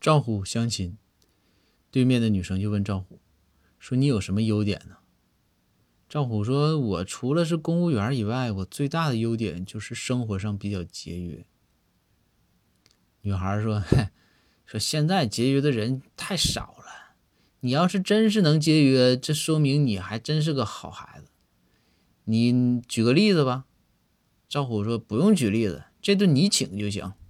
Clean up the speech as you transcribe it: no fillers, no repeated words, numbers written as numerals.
赵虎相亲，对面的女生就问赵虎说：“你有什么优点呢？”赵虎说：“我除了是公务员以外，我最大的优点就是生活上比较节约。”女孩说：“说现在节约的人太少了，你要是真是能节约，这说明你还真是个好孩子。你举个例子吧。”赵虎说：“不用举例子，这顿你请就行。”